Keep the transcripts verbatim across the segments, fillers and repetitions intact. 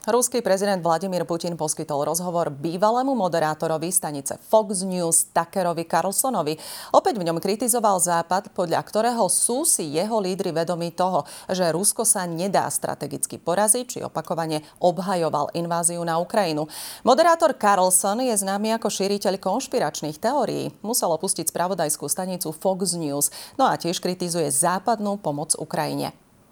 Ruský prezident Vladimír Putin poskytol rozhovor bývalému moderátorovi stanice Fox News Tuckerovi Carlsonovi. Opäť v ňom kritizoval Západ, podľa ktorého sú si jeho lídri vedomí toho, že Rusko sa nedá strategicky poraziť, či opakovane obhajoval inváziu na Ukrajinu. Moderátor Carlson je známy ako šíriteľ konšpiračných teórií. Musel opustiť spravodajskú stanicu Fox News, no a tiež kritizuje západnú pomoc Ukrajine.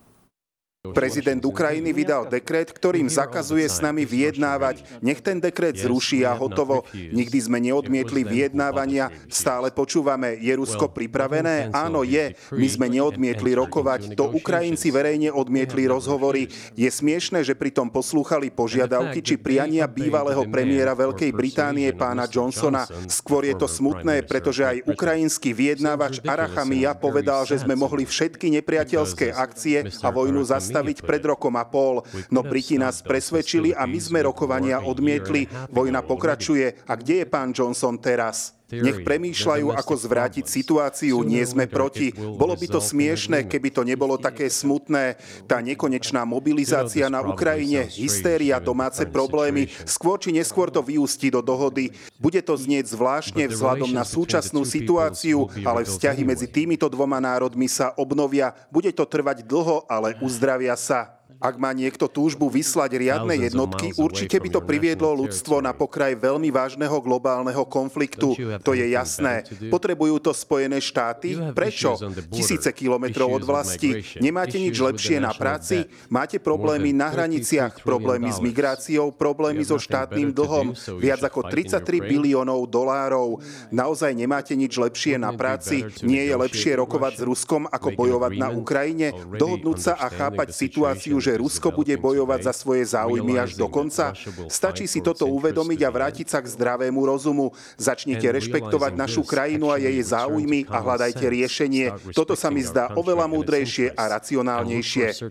Prezident Ukrajiny vydal dekret, ktorým zakazuje s nami vyjednávať. Nech ten dekret zruší a hotovo. Nikdy sme neodmietli vyjednávania. Stále počúvame, je Rusko pripravené? Áno, je. My sme neodmietli rokovať. To Ukrajinci verejne odmietli rozhovory. Je smiešné, že pritom poslúchali požiadavky či priania bývalého premiéra Veľkej Británie pána Johnsona. Skôr je to smutné, pretože aj ukrajinský vyjednávač Arachamia povedal, že sme mohli všetky nepriateľské akcie a vojnu zastaviť staviť pred rokom a pol. No Briti nás presvedčili a my sme rokovania odmietli. Vojna pokračuje. A kde je pán Johnson teraz? Nech premýšľajú, ako zvrátiť situáciu. Nie sme proti. Bolo by to smiešné, keby to nebolo také smutné. Tá nekonečná mobilizácia na Ukrajine, hystéria, domáce problémy, skôr či neskôr to vyústi do dohody. Bude to znieť zvláštne vzhľadom na súčasnú situáciu, ale vzťahy medzi týmito dvoma národmi sa obnovia. Bude to trvať dlho, ale uzdravia sa. Ak má niekto túžbu vyslať riadne jednotky, určite by to priviedlo ľudstvo na pokraj veľmi vážneho globálneho konfliktu. To je jasné. Potrebujú to Spojené štáty? Prečo? Tisíce kilometrov od vlasti. Nemáte nič lepšie na práci? Máte problémy na hraniciach, problémy s migráciou, problémy so štátnym dlhom. Viac ako tridsaťtri biliónov dolárov. Naozaj nemáte nič lepšie na práci? Nie je lepšie rokovať s Ruskom, ako bojovať na Ukrajine? Dohodnúť sa a chápať situáciu, že Rusko bude bojovať za svoje záujmy až do konca? Stačí si toto uvedomiť a vrátiť sa k zdravému rozumu. Začnite rešpektovať našu krajinu a jej záujmy a hľadajte riešenie. Toto sa mi zdá oveľa múdrejšie a racionálnejšie.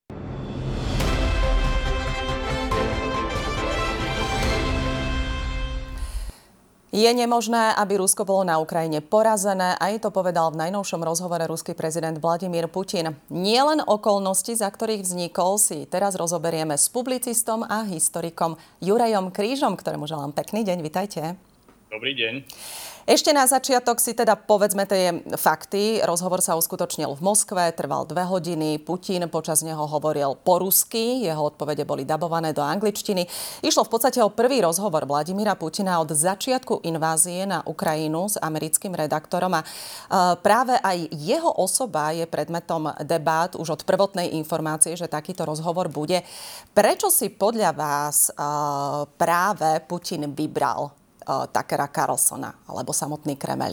Je nemožné, aby Rusko bolo na Ukrajine porazené, aj to povedal v najnovšom rozhovore ruský prezident Vladimír Putin. Nie len okolnosti, za ktorých vznikol, si teraz rozoberieme s publicistom a historikom Jurajom Krížom, ktorému želám pekný deň. Vitajte. Dobrý deň. Ešte na začiatok si teda povedzme tie fakty. Rozhovor sa uskutočnil v Moskve, trval dve hodiny. Putin počas neho hovoril po rusky, jeho odpovede boli dabované do angličtiny. Išlo v podstate o prvý rozhovor Vladimíra Putina od začiatku invázie na Ukrajinu s americkým redaktorom a práve aj jeho osoba je predmetom debát už od prvotnej informácie, že takýto rozhovor bude. Prečo si podľa vás práve Putin vybral Tuckera Carlsona alebo samotný Kremeľ?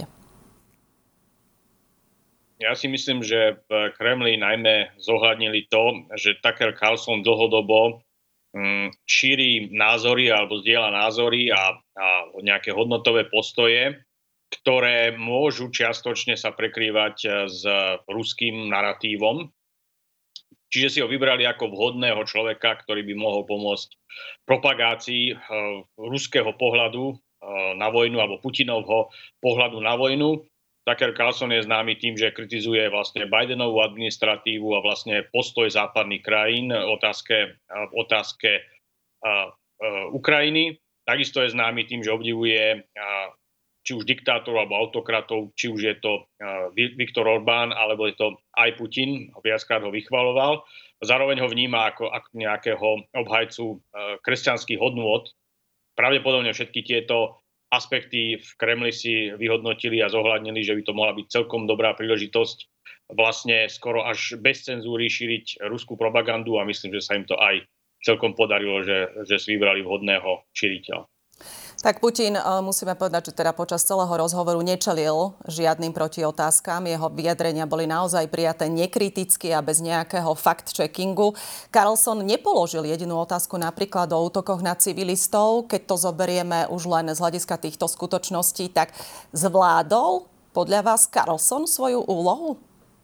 Ja si myslím, že v Kremli najmä zohľadnili to, že Tucker Carlson dlhodobo um, šíri názory alebo zdieľa názory a, a nejaké hodnotové postoje, ktoré môžu čiastočne sa prekrývať s ruským naratívom. Čiže si ho vybrali ako vhodného človeka, ktorý by mohol pomôcť propagácii uh, ruského pohľadu na vojnu alebo Putinovho pohľadu na vojnu. Tucker Carlson je známy tým, že kritizuje vlastne Bidenovú administratívu a vlastne postoj západných krajín v otázke, v otázke uh, uh, Ukrajiny. Takisto je známy tým, že obdivuje uh, či už diktátorov alebo autokratov, či už je to uh, Viktor Orbán alebo je to aj Putin, viackrát ho vychvaloval. Zároveň ho vníma ako, ako nejakého obhajcu uh, kresťanských hodnôt. Pravdepodobne všetky tieto aspekty v Kremli si vyhodnotili a zohľadnili, že by to mohla byť celkom dobrá príležitosť vlastne skoro až bez cenzúry šíriť ruskú propagandu a myslím, že sa im to aj celkom podarilo, že, že si vybrali vhodného šíriteľa. Tak Putin, musíme povedať, že teda počas celého rozhovoru nečelil žiadnym protiotázkam. Jeho vyjadrenia boli naozaj prijaté nekriticky a bez nejakého fact-checkingu. Carlson nepoložil jedinú otázku napríklad o útokoch na civilistov. Keď to zoberieme už len z hľadiska týchto skutočností, tak zvládol podľa vás Carlson svoju úlohu?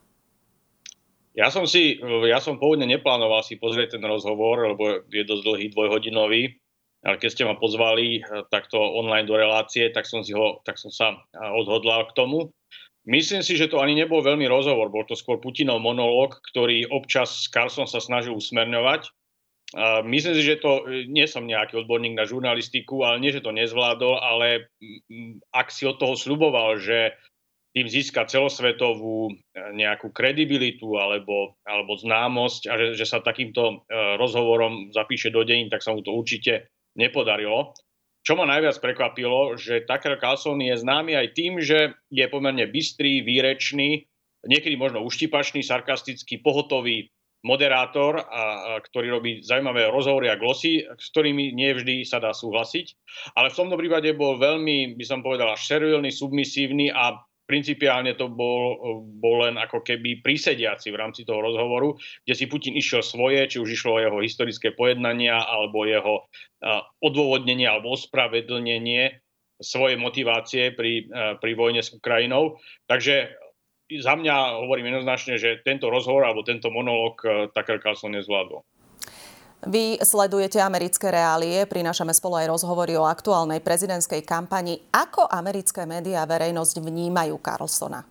Ja som si, ja som pôvodne neplánoval si pozrieť ten rozhovor, lebo je dosť dlhý, dvojhodinový. Ale keď ste ma pozvali takto online do relácie, tak som, si ho, tak som sa odhodlal k tomu. Myslím si, že to ani nebol veľmi rozhovor, bol to skôr Putinov monológ, ktorý občas Carlson sa snažil usmerňovať. Myslím si, že to, nie som nejaký odborník na žurnalistiku, ale nie, že to nezvládol, ale ak si od toho sľuboval, že tým získa celosvetovú nejakú kredibilitu alebo, alebo známosť a že, že sa takýmto rozhovorom zapíše do dejín, tak sa mu to určite nepodarilo. Čo ma najviac prekvapilo, že Tucker Carlson je známy aj tým, že je pomerne bystrý, výrečný, niekedy možno uštipačný, sarkastický, pohotový moderátor, a, a, ktorý robí zaujímavé rozhovory a glosy, s ktorými nie vždy sa dá súhlasiť. Ale v tomto prípade bol veľmi, by som povedal, až servilný, submisívny a principiálne to bol, bol len ako keby prísediaci v rámci toho rozhovoru, kde si Putin išiel svoje, či už išlo o jeho historické pojednania, alebo jeho uh, odôvodnenie alebo ospravedlnenie svojej motivácie pri, uh, pri vojne s Ukrajinou. Takže za mňa hovorím jednoznačne, že tento rozhovor alebo tento monológ uh, Tucker Carlson nezvládol. Vy sledujete americké reálie, prinášame spolu aj rozhovory o aktuálnej prezidentskej kampani. Ako americké médiá a verejnosť vnímajú Carlsona?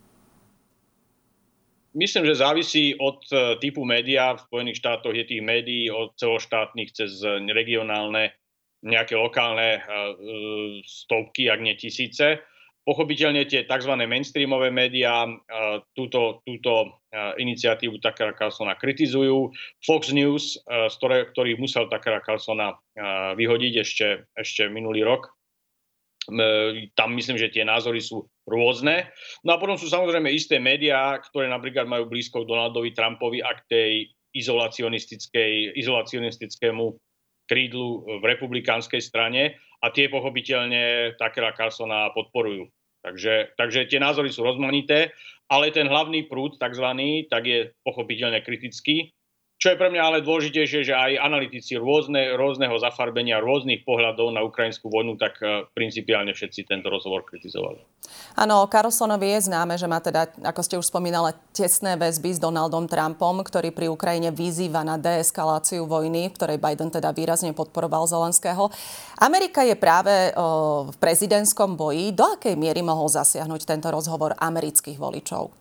Myslím, že závisí od typu médiá. V Spojených štátoch je tých médií od celoštátnych cez regionálne, nejaké lokálne stovky, ak nie tisíce. Pochopiteľne tie tzv. Mainstreamové médiá túto, túto iniciatívu Tuckera Carlsona kritizujú. Fox News, z ktoré, ktorých musel Tuckera Carlsona vyhodiť ešte, ešte minulý rok. Tam myslím, že tie názory sú rôzne. No a potom sú samozrejme isté médiá, ktoré napríklad majú blízko k Donaldovi Trumpovi a k tej izolacionistickej, izolacionistickému krídlu v republikánskej strane a tie pochopiteľne Tuckera Carlsona podporujú. Takže, takže tie názory sú rozmanité, ale ten hlavný prúd, takzvaný, tak je pochopiteľne kritický. Čo je pre mňa ale dôležitejšie, že aj analytici rôzne, rôzneho zafarbenia, rôznych pohľadov na ukrajinskú vojnu, tak principiálne všetci tento rozhovor kritizovali. Áno, Carlsonovi je známe, že má teda, ako ste už spomínali, tesné väzby s Donaldom Trumpom, ktorý pri Ukrajine vyzýva na deeskaláciu vojny, v ktorej Biden teda výrazne podporoval Zelenského. Amerika je práve o, v prezidentskom boji. Do akej miery mohol zasiahnuť tento rozhovor amerických voličov?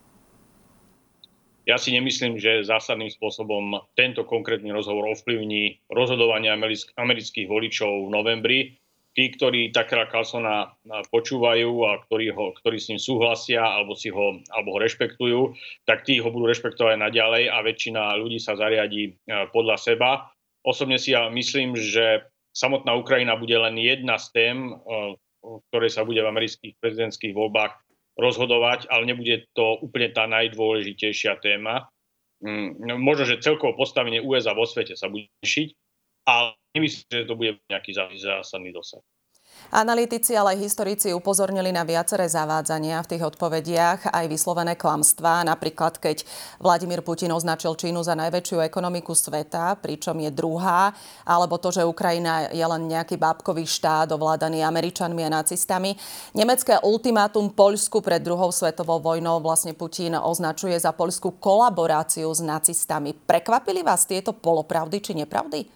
Ja si nemyslím, že zásadným spôsobom tento konkrétny rozhovor ovplyvní rozhodovanie amerických voličov v novembri. Tí, ktorí Tuckera Carlsona počúvajú a ktorí, ho, ktorí s ním súhlasia alebo, si ho, alebo ho rešpektujú, tak tí ho budú rešpektovať naďalej a väčšina ľudí sa zariadí podľa seba. Osobne si ja myslím, že samotná Ukrajina bude len jedna z tém, o ktorej sa bude v amerických prezidentských voľbách rozhodovať, ale nebude to úplne tá najdôležitejšia téma. Možno, že celkovo postavenie ú es á vo svete sa bude riešiť, ale nemyslím, že to bude nejaký zásadný dosah. Analytici, ale aj historici upozornili na viaceré zavádzania v tých odpovediach, aj vyslovené klamstvá. Napríklad, keď Vladimír Putin označil Čínu za najväčšiu ekonomiku sveta, pričom je druhá, alebo to, že Ukrajina je len nejaký bábkový štát ovládaný Američanmi a nacistami. Nemecké ultimátum Poľsku pred druhou svetovou vojnou vlastne Putin označuje za poľskú kolaboráciu s nacistami. Prekvapili vás tieto polopravdy či nepravdy?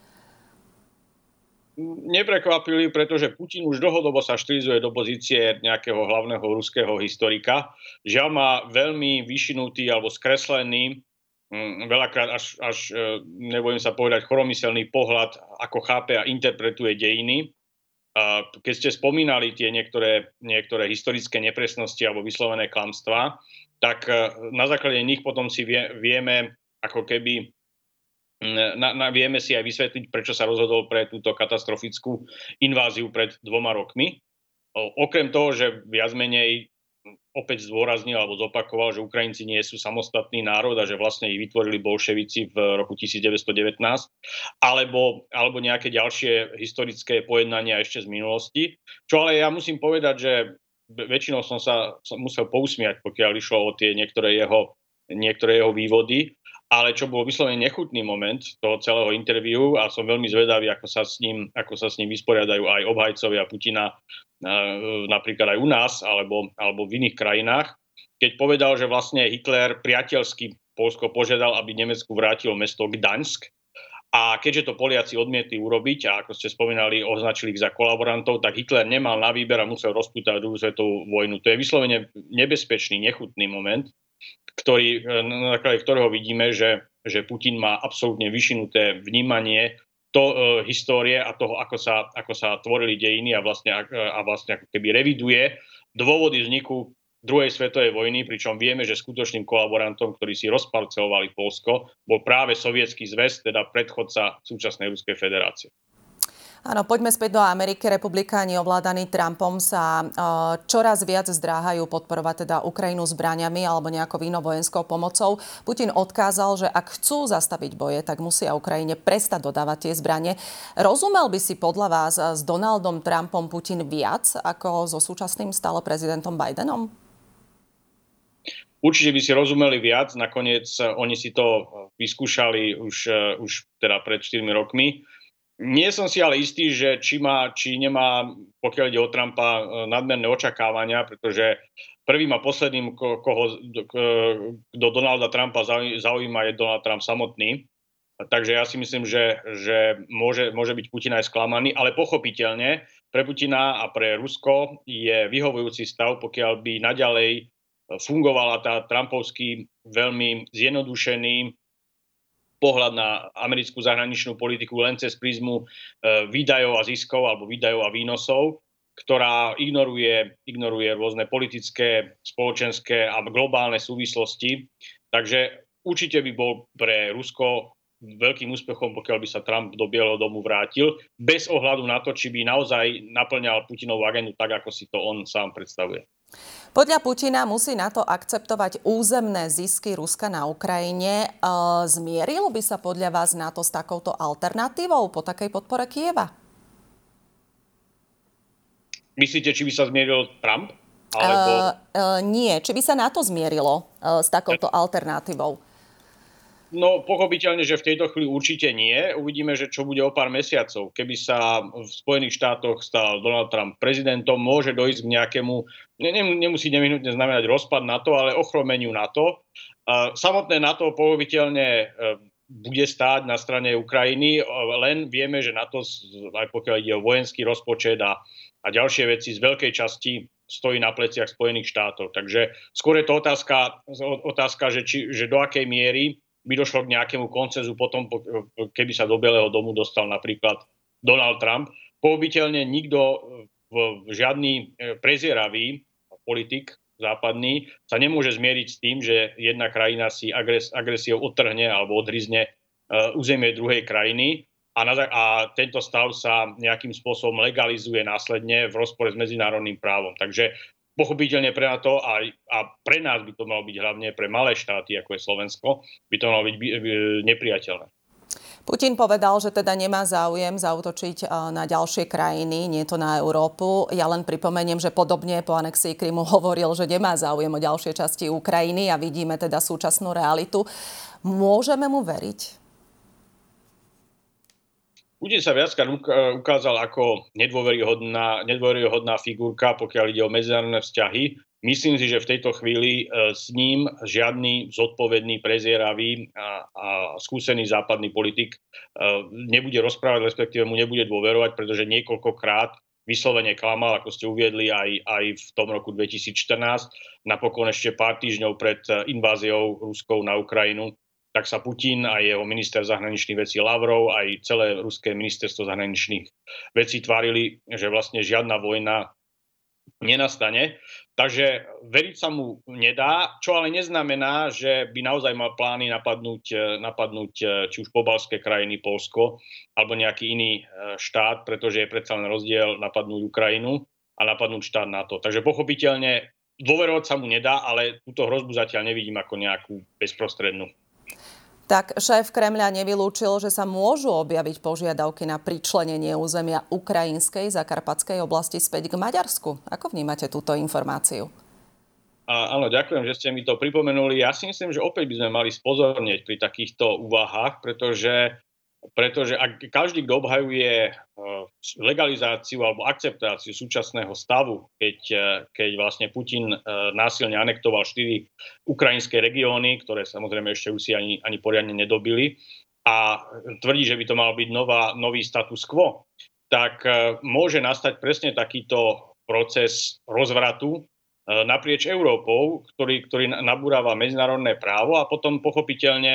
Neprekvapili, pretože Putin už dlhodobo sa štilizuje do pozície nejakého hlavného ruského historika. Žiaľ má veľmi vyšinutý alebo skreslený, veľakrát až, až nebojím sa povedať, choromyselný pohľad, ako chápe a interpretuje dejiny. Keď ste spomínali tie niektoré, niektoré historické nepresnosti alebo vyslovené klamstvá, tak na základe nich potom si vie, vieme ako keby Na, na, vieme si aj vysvetliť, prečo sa rozhodol pre túto katastrofickú inváziu pred dvoma rokmi. O, okrem toho, že viac menej opäť zdôraznil alebo zopakoval, že Ukrajinci nie sú samostatný národ a že vlastne ich vytvorili bolševici v roku devätnásť devätnásť, alebo, alebo nejaké ďalšie historické pojednania ešte z minulosti. Čo ale ja musím povedať, že väčšinou som sa som musel pousmiať, pokiaľ išlo o tie niektoré jeho, niektoré jeho vývody. Ale čo bol vyslovene nechutný moment toho celého interviu a som veľmi zvedavý, ako sa s ním, ako sa s ním vysporiadajú aj obhajcovia Putina, napríklad aj u nás alebo, alebo v iných krajinách, keď povedal, že vlastne Hitler priateľsky Poľsko požiadal, aby Nemecku vrátilo mesto Gdaňsk. A keďže to Poliaci odmietli urobiť a ako ste spomínali, označili ich za kolaborantov, tak Hitler nemal na výber a musel rozpútať druhú svetovú vojnu. To je vyslovene nebezpečný, nechutný moment, ktorý, na základe ktorého vidíme, že že Putin má absolútne vyšinuté vnímanie to, e, histórie a toho, ako sa, ako sa tvorili dejiny a vlastne, a vlastne ako keby reviduje dôvody vzniku druhej svetovej vojny, pričom vieme, že skutočným kolaborantom, ktorí si rozparcelovali Poľsko, bol práve Sovietsky zväz, teda predchodca súčasnej Ruskej federácie. Áno, poďme späť do Ameriky. Republikáni ovládaní Trumpom sa uh, čoraz viac zdráhajú podporovať teda Ukrajinu zbraňami alebo nejakou inou vojenskou pomocou. Putin odkázal, že ak chcú zastaviť boje, tak musia Ukrajine prestať dodávať tie zbrane. Rozumel by si podľa vás s Donaldom Trumpom Putin viac ako so súčasným stále prezidentom Bidenom? Určite by si rozumeli viac. Nakoniec oni si to vyskúšali už, už teda pred štyrmi rokmi. Nie som si ale istý, že či, má, či nemá, pokiaľ ide o Trumpa, nadmerné očakávania, pretože prvým a posledným, koho do Donalda Trumpa zaujíma, je Donald Trump samotný. Takže ja si myslím, že, že môže, môže byť Putin aj sklamaný, ale pochopiteľne pre Putina a pre Rusko je vyhovujúci stav, pokiaľ by naďalej fungovala tá trumpovský veľmi zjednodušený pohľad na americkú zahraničnú politiku len cez prízmu e, výdajov a ziskov alebo výdajov a výnosov, ktorá ignoruje, ignoruje rôzne politické, spoločenské a globálne súvislosti. Takže určite by bol pre Rusko veľkým úspechom, pokiaľ by sa Trump do Bieleho domu vrátil, bez ohľadu na to, či by naozaj naplňal Putinovú agendu tak, ako si to on sám predstavuje. Podľa Putina musí NATO akceptovať územné zisky Ruska na Ukrajine. E, zmierilo by sa podľa vás NATO s takouto alternatívou po takej podpore Kieva? Myslíte, či by sa zmieril Trump? Alebo... E, e, nie, či by sa NATO zmierilo e, s takouto alternatívou? No, pochopiteľne, že v tejto chvíli určite nie. Uvidíme, že čo bude o pár mesiacov. Keby sa v Spojených štátoch stal Donald Trump prezidentom, môže dojsť k nejakému, nemusí nevyhnutne znamenať rozpad NATO, ale ochromeniu NATO. Samotné NATO pochopiteľne bude stáť na strane Ukrajiny, len vieme, že NATO, aj pokiaľ ide o vojenský rozpočet a, a ďalšie veci, z veľkej časti stojí na pleciach Spojených štátov. Takže skôr je to otázka, otázka že, či, že do akej miery by došlo k nejakému koncenzu potom, keby sa do Bieleho domu dostal napríklad Donald Trump. Pochopiteľne nikto, žiadny prezieravý politik západný sa nemôže zmieriť s tým, že jedna krajina si agres, agresiou odtrhne alebo odhryzne územie druhej krajiny a, na, a tento stav sa nejakým spôsobom legalizuje následne v rozpore s medzinárodným právom. Takže pochopiteľne pre NATO a, a pre nás by to malo byť hlavne pre malé štáty, ako je Slovensko, by to malo byť nepriateľné. Putin povedal, že teda nemá záujem zaútočiť na ďalšie krajiny, nie to na Európu. Ja len pripomeniem, že podobne po anexii Krymu hovoril, že nemá záujem o ďalšie časti Ukrajiny a vidíme teda súčasnú realitu. Môžeme mu veriť? Putin sa viackrát ukázal ako nedôveryhodná, nedôveryhodná figurka, pokiaľ ide o medzinárodné vzťahy. Myslím si, že v tejto chvíli s ním žiadny zodpovedný, prezieravý a, a skúsený západný politik nebude rozprávať, respektíve mu nebude dôverovať, pretože niekoľkokrát vyslovene klamal, ako ste uviedli aj, aj v tom roku dvetisícštrnásť, napokon ešte pár týždňov pred inváziou Ruskou na Ukrajinu, tak sa Putin a jeho minister zahraničných vecí Lavrov, aj celé ruské ministerstvo zahraničných vecí tvárili, že vlastne žiadna vojna nenastane. Takže veriť sa mu nedá, čo ale neznamená, že by naozaj mal plány napadnúť, napadnúť či už pobaltské krajiny, Poľsko, alebo nejaký iný štát, pretože je predsa len rozdiel napadnúť Ukrajinu a napadnúť štát NATO. Takže pochopiteľne dôverovať sa mu nedá, ale túto hrozbu zatiaľ nevidím ako nejakú bezprostrednú. Tak šéf Kremľa nevylúčil, že sa môžu objaviť požiadavky na pričlenenie územia ukrajinskej zakarpatskej oblasti späť k Maďarsku. Ako vnímate túto informáciu? A, áno, ďakujem, že ste mi to pripomenuli. Ja si myslím, že opäť by sme mali spozornieť pri takýchto úvahách, pretože, pretože ak každý, kto obhajuje legalizáciu alebo akceptáciu súčasného stavu, keď, keď vlastne Putin násilne anektoval štyri ukrajinské regióny, ktoré samozrejme ešte Rusi ani, ani poriadne nedobili, a tvrdí, že by to mal byť nová, nový status quo, tak môže nastať presne takýto proces rozvratu naprieč Európou, ktorý, ktorý nabúrava medzinárodné právo a potom pochopiteľne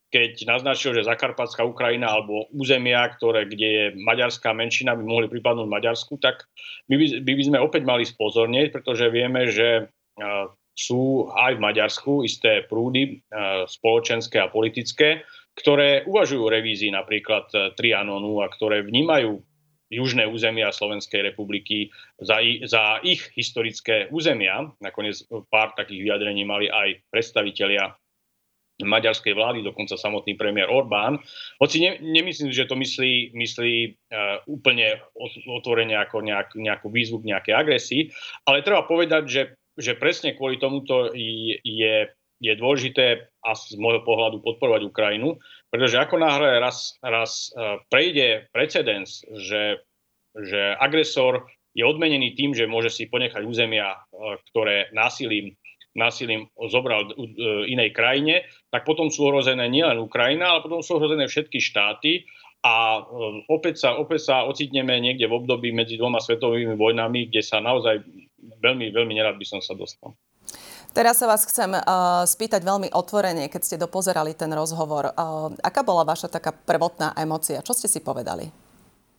keď naznačil, že Zakarpatská Ukrajina alebo územia, ktoré, kde je maďarská menšina, by mohli pripadnúť Maďarsku, tak my by, my by sme opäť mali spozornieť, pretože vieme, že uh, sú aj v Maďarsku isté prúdy uh, spoločenské a politické, ktoré uvažujú o revízii napríklad uh, Trianonu a ktoré vnímajú južné územia Slovenskej republiky za, za ich historické územia. Nakoniec pár takých vyjadrení mali aj predstavitelia maďarskej vlády, dokonca samotný premiér Orbán. Hoci ne, nemyslím, že to myslí, myslí uh, úplne otvorene ako nejak, nejakú výzvu k nejakej agresii, ale treba povedať, že, že presne kvôli tomuto je, je dôležité a z môjho pohľadu podporovať Ukrajinu, pretože ako náhle raz, raz uh, prejde precedens, že, že agresor je odmenený tým, že môže si ponechať územia, uh, ktoré násilím násilím zobral inej krajine, tak potom sú ohrozené nielen Ukrajina, ale potom sú ohrozené všetky štáty a opäť sa, opäť sa ocitneme niekde v období medzi dvoma svetovými vojnami, kde sa naozaj veľmi, veľmi nerad by som sa dostal. Teraz sa vás chcem uh, spýtať veľmi otvorene, keď ste dopozerali ten rozhovor. Uh, aká bola vaša taká prvotná emócia? Čo ste si povedali?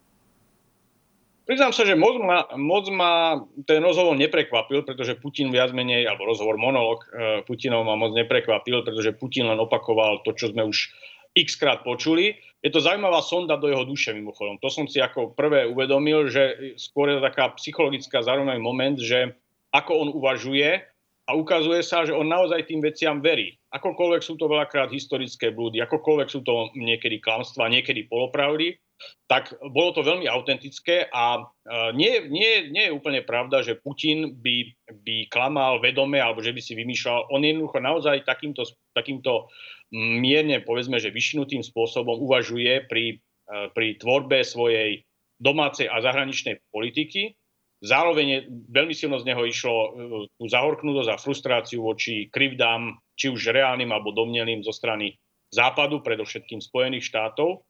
Priznám sa, že moc ma, moc ma ten rozhovor neprekvapil, pretože Putin viac menej, alebo rozhovor monolog e, Putinov ma moc neprekvapil, pretože Putin len opakoval to, čo sme už x-krát počuli. Je to zaujímavá sonda do jeho duše mimochodom. To som si ako prvé uvedomil, že skôr je to taká psychologická zaujímavý moment, že ako on uvažuje a ukazuje sa, že on naozaj tým veciam verí. Akokoľvek sú to veľakrát historické blúdy, akokoľvek sú to niekedy klamstvá, niekedy polopravdy, tak bolo to veľmi autentické a nie, nie, nie je úplne pravda, že Putin by, by klamal vedome alebo že by si vymýšľal. On jednoducho naozaj takýmto, takýmto mierne, povedzme, že vyšinutým spôsobom uvažuje pri, pri tvorbe svojej domácej a zahraničnej politiky. Zároveň je, veľmi silno z neho išlo tú zahorknutosť a frustráciu voči krivdám, či už reálnym alebo domnelým zo strany Západu, predovšetkým Spojených štátov.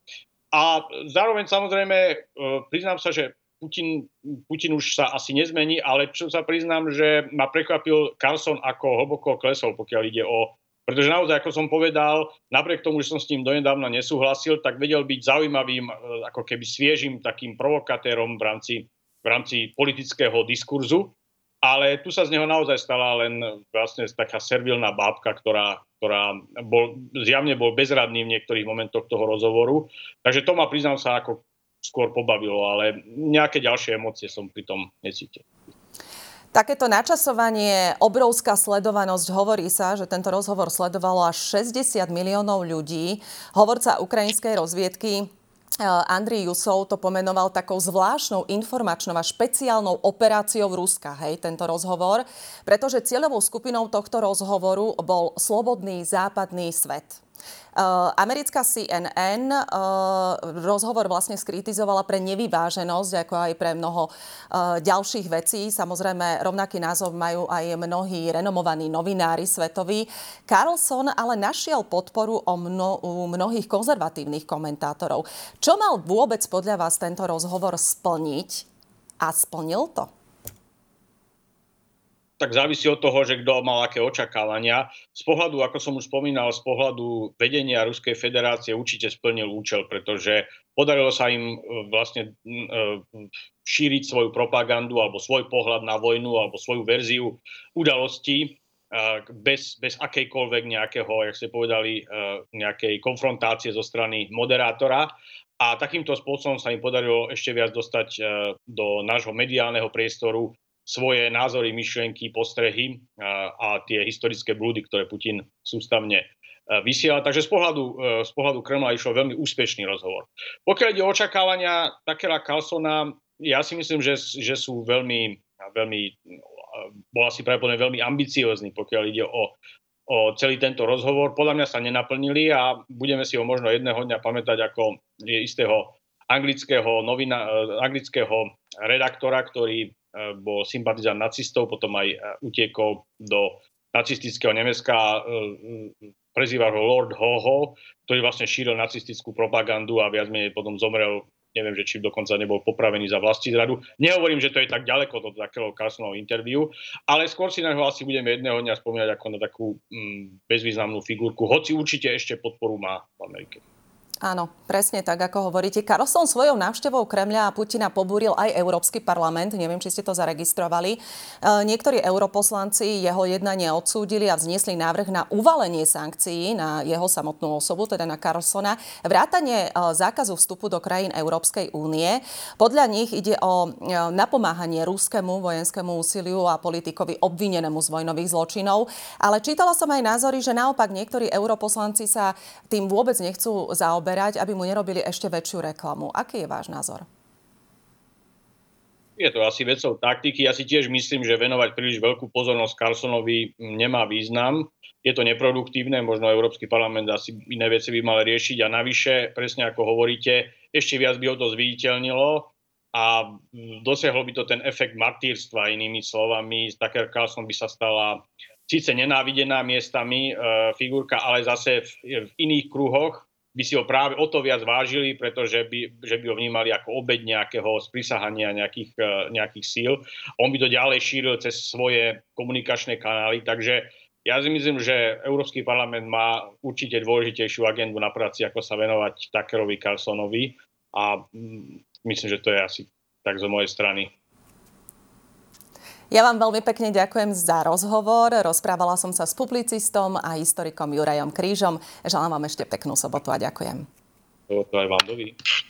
A zároveň samozrejme, priznám sa, že Putin, Putin už sa asi nezmení, ale čo sa priznám, že ma prekvapil Carlson, ako hlboko klesol, pokiaľ ide o... Pretože naozaj, ako som povedal, napriek tomu, že som s ním donedávna nesúhlasil, tak vedel byť zaujímavým, ako keby sviežým takým provokatérom v rámci, v rámci politického diskurzu. Ale tu sa z neho naozaj stala len vlastne taká servilná bábka, ktorá, ktorá bol, zjavne bol bezradný v niektorých momentoch toho rozhovoru. Takže to ma, priznám sa, ako skôr pobavilo, ale nejaké ďalšie emócie som pri tom necítil. Takéto načasovanie, obrovská sledovanosť, hovorí sa, že tento rozhovor sledovalo až šesťdesiat miliónov ľudí. Hovorca ukrajinskej rozviedky Andrej Jusov to pomenoval takou zvláštnou informačnou a špeciálnou operáciou Ruska, hej, tento rozhovor, pretože cieľovou skupinou tohto rozhovoru bol slobodný západný svet. Uh, americká C N N uh, rozhovor vlastne skritizovala pre nevyváženosť, ako aj pre mnoho uh, ďalších vecí. Samozrejme, rovnaký názov majú aj mnohí renomovaní novinári svetoví. Carlson ale našiel podporu o mno, u mnohých konzervatívnych komentátorov. Čo mal vôbec podľa vás tento rozhovor splniť? A splnil to? Tak závisí od toho, že kto mal aké očakávania. Z pohľadu, ako som už spomínal, z pohľadu vedenia Ruskej federácie určite splnil účel, pretože podarilo sa im vlastne šíriť svoju propagandu alebo svoj pohľad na vojnu alebo svoju verziu udalostí bez, bez akejkoľvek nejakého, jak ste povedali, nejakej konfrontácie zo strany moderátora. A takýmto spôsobom sa im podarilo ešte viac dostať do nášho mediálneho priestoru svoje názory, myšlienky, postrehy a, a tie historické blúdy, ktoré Putin sústavne vysiela. Takže z pohľadu, z pohľadu Kremla išlo veľmi úspešný rozhovor. Pokiaľ ide o očakávania Tuckera Carlsona, ja si myslím, že, že sú veľmi, veľmi bol asi pravdepodobne veľmi ambiciózny, pokiaľ ide o, o celý tento rozhovor. Podľa mňa sa nenaplnili a budeme si ho možno jedného dňa pamätať ako istého anglického, novina, anglického redaktora, ktorý bol sympatizant nacistov, potom aj utiekol do nacistického Nemecka, prezýval ho Lord Ho-Ho, ktorý vlastne šíril nacistickú propagandu a viac menej potom zomrel neviem, že či dokonca nebol popravený za vlastizradu. Nehovorím, že to je tak ďaleko do takého Carlsonovho interviu, ale skôr si na ho asi budeme jedného dňa spomínať ako na takú mm, bezvýznamnú figurku, hoci určite ešte podporu má v Amerike. Áno, presne tak, ako hovoríte. Carlson svojou návštevou Kremľa a Putina pobúril aj Európsky parlament. Neviem, či ste to zaregistrovali. Niektorí europoslanci jeho jednanie odsúdili a vzniesli návrh na uvalenie sankcií na jeho samotnú osobu, teda na Carlsona. Vrátanie zákazu vstupu do krajín Európskej únie. Podľa nich ide o napomáhanie ruskému vojenskému úsiliu a politikovi obvinenému z vojnových zločinov. Ale čítala som aj názory, že naopak niektorí europoslanci sa tým vôbec nechcú zaoberať, aby mu nerobili ešte väčšiu reklamu. Aký je váš názor? Je to asi vecou taktiky. Ja si tiež myslím, že venovať príliš veľkú pozornosť Carlsonovi nemá význam. Je to neproduktívne, možno Európsky parlament asi iné veci by mal riešiť a navyše, presne ako hovoríte, ešte viac by ho to zviditeľnilo a dosiahlo by to ten efekt martýrstva, inými slovami. Tucker Carlson by sa stala síce nenávidená miestami e, figurka, ale zase v, v iných kruhoch by si ho práve o to viac vážili, pretože by, že by ho vnímali ako obeť nejakého sprisahania nejakých, nejakých síl. On by to ďalej šíril cez svoje komunikačné kanály, takže ja si myslím, že Európsky parlament má určite dôležitejšiu agendu na práci, ako sa venovať Tuckerovi Carlsonovi a myslím, že to je asi tak zo mojej strany. Ja vám veľmi pekne ďakujem za rozhovor. Rozprávala som sa s publicistom a historikom Jurajom Krížom. Želám vám ešte peknú sobotu a ďakujem. To aj vám dovi.